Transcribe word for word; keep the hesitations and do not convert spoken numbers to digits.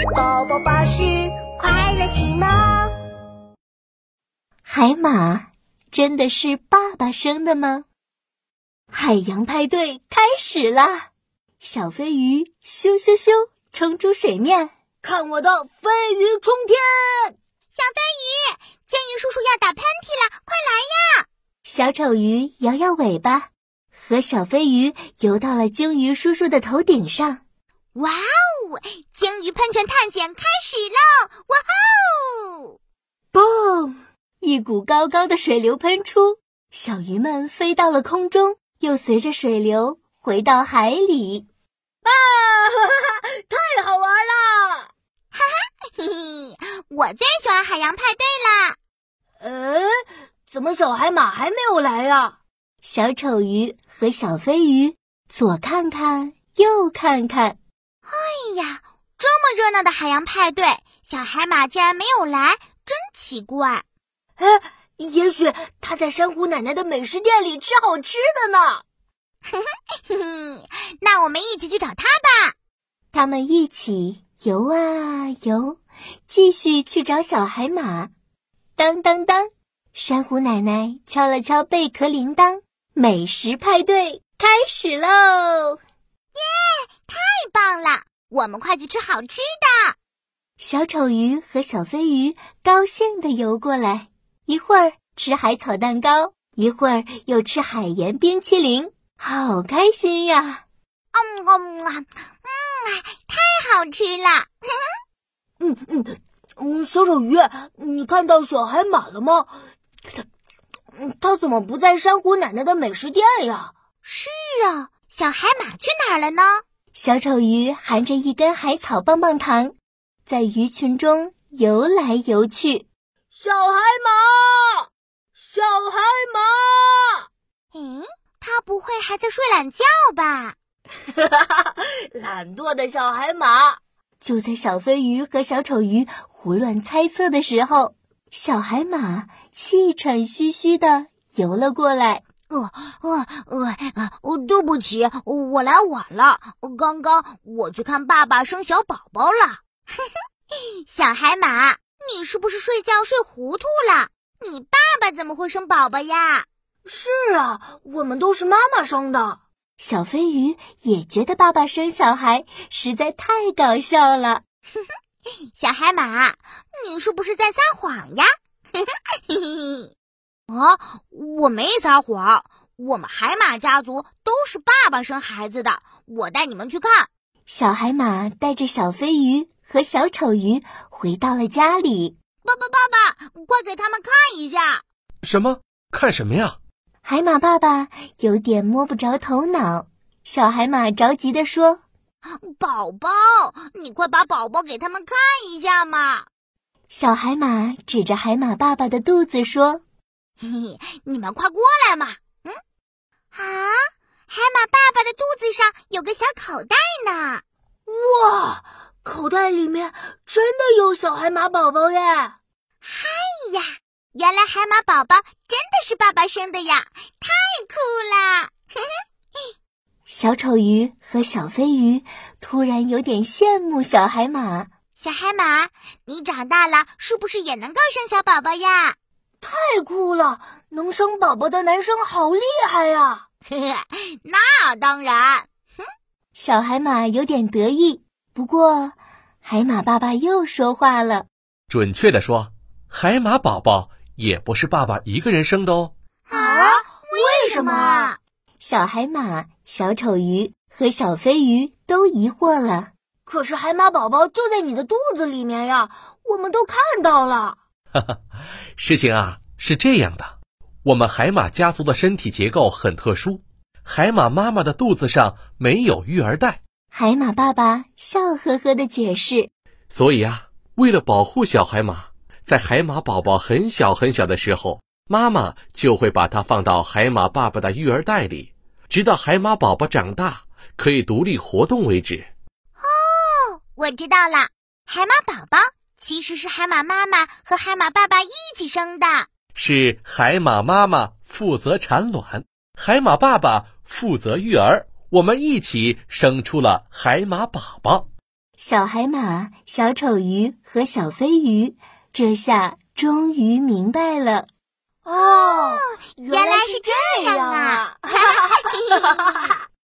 宝宝巴士快乐启蒙。 海马真的是爸爸生的吗？海洋派对开始啦！小飞鱼咻咻咻冲出水面， 看我的飞鱼冲天！ 小飞鱼，鲸鱼叔叔要打喷嚏了，快来呀！ 小丑鱼摇摇尾巴，和小飞鱼游到了鲸鱼叔叔的头顶上。 哇哦！鲸鱼喷泉探险开始喽！哇吼！ 嘣！一股高高的水流喷出，小鱼们飞到了空中，又随着水流回到海里。 啊，哈哈，太好玩了！ 哈哈，嘿嘿，我最喜欢海洋派对啦。 呃，怎么小海马还没有来呀？ 小丑鱼和小飞鱼左看看右看看。 哎呀，这么热闹的海洋派对，小海马竟然没有来，真奇怪。 哎，也许他在珊瑚奶奶的美食店里吃好吃的呢。 呵呵，那我们一起去找他吧。 他们一起游啊游，继续去找小海马。当当当，珊瑚奶奶敲了敲贝壳铃铛，美食派对开始喽！ 耶，太棒了！我们快去吃好吃的。 小丑鱼和小飞鱼高兴地游过来，一会儿吃海草蛋糕，一会儿又吃海盐冰淇淋，好开心呀！ 嗯嗯嗯，太好吃了！ 嗯嗯嗯，小丑鱼，你看到小海马了吗？他他怎么不在珊瑚奶奶的美食店呀？ 是啊，小海马去哪儿了呢？ 小丑鱼含着一根海草棒棒糖，在鱼群中游来游去。 小海马，小海马！ 诶，他不会还在睡懒觉吧？ 哈哈哈，懒惰的小海马。 就在小飞鱼和小丑鱼胡乱猜测的时候，小海马气喘吁吁地游了过来。 呃呃呃呃，对不起，我来晚了。刚刚我去看爸爸生小宝宝了。小海马，你是不是睡觉睡糊涂了？你爸爸怎么会生宝宝呀？ 是啊，我们都是妈妈生的。 小飞鱼也觉得爸爸生小孩实在太搞笑了。 小海马，你是不是在撒谎呀？啊，我没撒谎，我们海马家族都是爸爸生孩子的，我带你们去看。 小海马带着小飞鱼和小丑鱼回到了家里。 爸爸爸爸，快给他们看一下。 什么？看什么呀？ 海马爸爸有点摸不着头脑。小海马着急地说： 宝宝，你快把宝宝给他们看一下嘛。 小海马指着海马爸爸的肚子说： 嘿嘿，你们快过来嘛！嗯，啊，海马爸爸的肚子上有个小口袋呢。 哇，口袋里面真的有小海马宝宝耶！ 嗨呀，原来海马宝宝真的是爸爸生的呀，太酷了！ 小丑鱼和小飞鱼突然有点羡慕小海马。 小海马，你长大了是不是也能够生小宝宝呀？ 太酷了，能生宝宝的男生好厉害呀！ 那当然。 小海马有点得意，不过海马爸爸又说话了。 准确地说，海马宝宝也不是爸爸一个人生的哦。 啊？为什么？ 小海马、小丑鱼和小飞鱼都疑惑了。 可是海马宝宝就在你的肚子里面呀，我们都看到了。 哈哈，事情啊是这样的，我们海马家族的身体结构很特殊，海马妈妈的肚子上没有育儿袋。 海马爸爸笑呵呵地解释。 所以啊，为了保护小海马，在海马宝宝很小很小的时候，妈妈就会把它放到海马爸爸的育儿袋里，直到海马宝宝长大可以独立活动为止。 哦，我知道了，海马宝宝其实是海马妈妈和海马爸爸一起生的。 是海马妈妈负责产卵，海马爸爸负责育儿，我们一起生出了海马宝宝。 小海马、小丑鱼和小飞鱼这下终于明白了。 哦， 原来是这